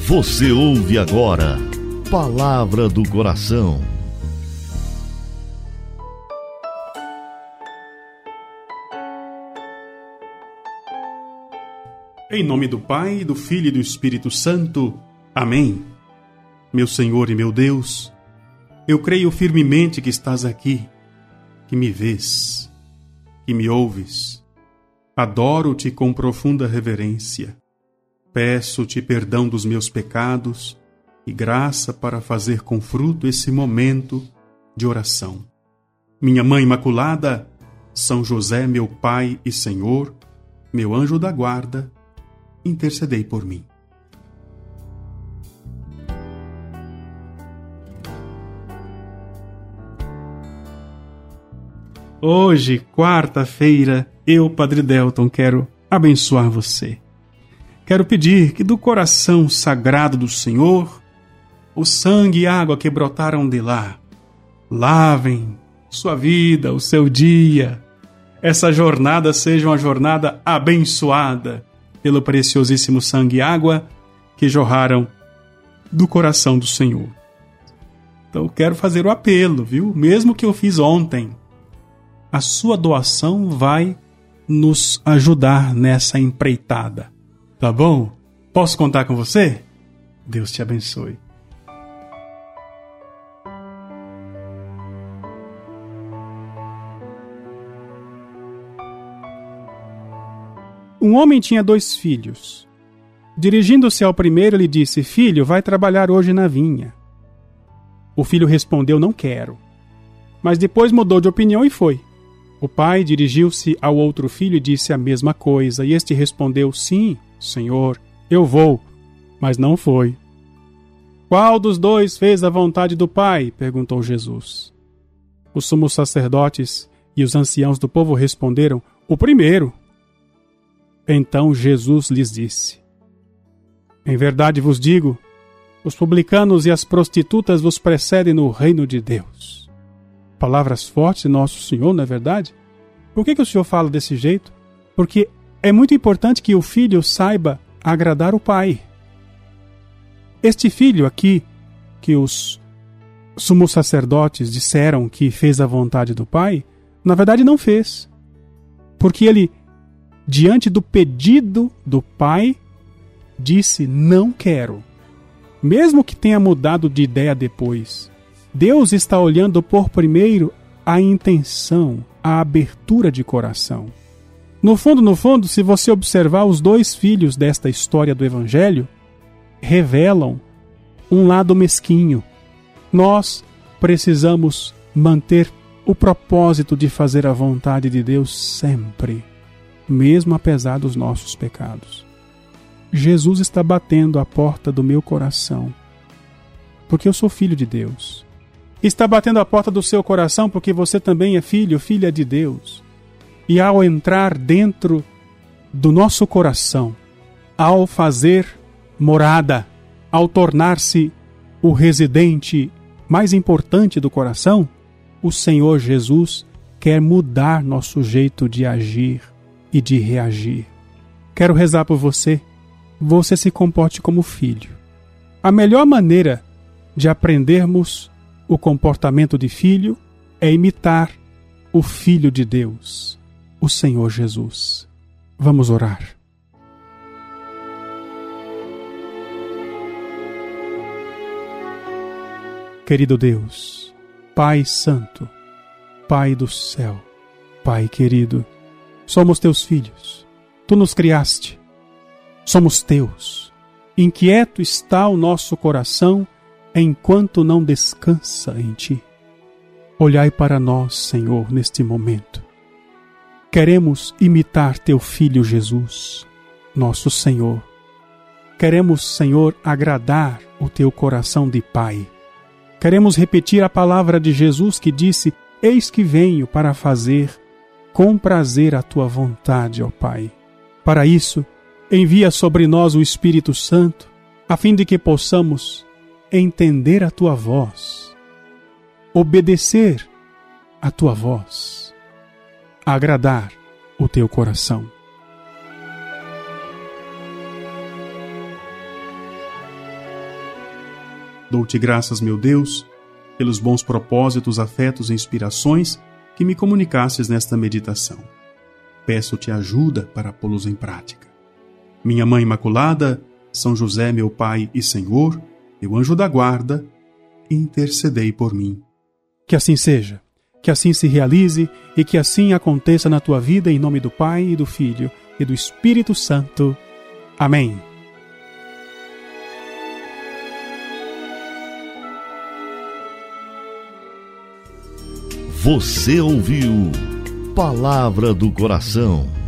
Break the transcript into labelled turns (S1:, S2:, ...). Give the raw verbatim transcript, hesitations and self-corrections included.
S1: Você ouve agora Palavra do Coração.
S2: Em nome do Pai, do Filho e do Espírito Santo. Amém. Meu Senhor e meu Deus, eu creio firmemente que estás aqui, que me vês, que me ouves. Adoro-te com profunda reverência. Peço-te perdão dos meus pecados e graça para fazer com fruto esse momento de oração. Minha Mãe Imaculada, São José, meu Pai e Senhor, meu anjo da guarda, intercedei por mim. Hoje, quarta-feira, eu, Padre Delton, quero abençoar você. Quero pedir que do coração sagrado do Senhor, o sangue e a água que brotaram de lá, lavem sua vida, o seu dia. Essa jornada seja uma jornada abençoada pelo preciosíssimo sangue e água que jorraram do coração do Senhor. Então, quero fazer o apelo, viu? Mesmo que eu fiz ontem. A sua doação vai nos ajudar nessa empreitada. Tá bom? Posso contar com você? Deus te abençoe. Um homem tinha dois filhos. Dirigindo-se ao primeiro, lhe disse: Filho, vai trabalhar hoje na vinha. O filho respondeu: Não quero. Mas depois mudou de opinião e foi. O pai dirigiu-se ao outro filho e disse a mesma coisa, e este respondeu: Sim, Senhor, eu vou, mas não foi. Qual dos dois fez a vontade do pai? Perguntou Jesus. Os sumos sacerdotes e os anciãos do povo responderam: O primeiro. Então Jesus lhes disse: Em verdade vos digo, os publicanos e as prostitutas vos precedem no reino de Deus. Palavras fortes de Nosso Senhor, não é verdade? Por que que o Senhor fala desse jeito? Porque é muito importante que o filho saiba agradar o pai. Este filho aqui, que os sumos sacerdotes disseram que fez a vontade do pai, na verdade não fez. Porque ele, diante do pedido do pai, disse: Não quero. Mesmo que tenha mudado de ideia depois, Deus está olhando por primeiro a intenção, a abertura de coração. No fundo, no fundo, se você observar os dois filhos desta história do Evangelho, revelam um lado mesquinho. Nós precisamos manter o propósito de fazer a vontade de Deus sempre, mesmo apesar dos nossos pecados. Jesus está batendo à porta do meu coração, porque eu sou filho de Deus. Está batendo à porta do seu coração porque você também é filho, filha de Deus. E ao entrar dentro do nosso coração, ao fazer morada, ao tornar-se o residente mais importante do coração, o Senhor Jesus quer mudar nosso jeito de agir e de reagir. Quero rezar por você. Você se comporte como filho. A melhor maneira de aprendermos o comportamento de filho é imitar o Filho de Deus, o Senhor Jesus. Vamos orar. Querido Deus, Pai Santo, Pai do céu, Pai querido, somos teus filhos. Tu nos criaste. Somos teus. Inquieto está o nosso coração enquanto não descansa em ti. Olhai para nós, Senhor, neste momento. Queremos imitar teu Filho Jesus, nosso Senhor. Queremos, Senhor, agradar o teu coração de Pai. Queremos repetir a palavra de Jesus que disse: Eis que venho para fazer com prazer a tua vontade, ó Pai. Para isso, envia sobre nós o Espírito Santo, a fim de que possamos entender a tua voz, obedecer a tua voz, agradar o teu coração. Dou-te graças, meu Deus, pelos bons propósitos, afetos e inspirações que me comunicastes nesta meditação. Peço-te ajuda para pô-los em prática. Minha Mãe Imaculada, São José, meu Pai e Senhor, meu anjo da guarda, intercedei por mim. Que assim seja, que assim se realize e que assim aconteça na tua vida, em nome do Pai e do Filho e do Espírito Santo. Amém.
S1: Você ouviu Palavra do Coração.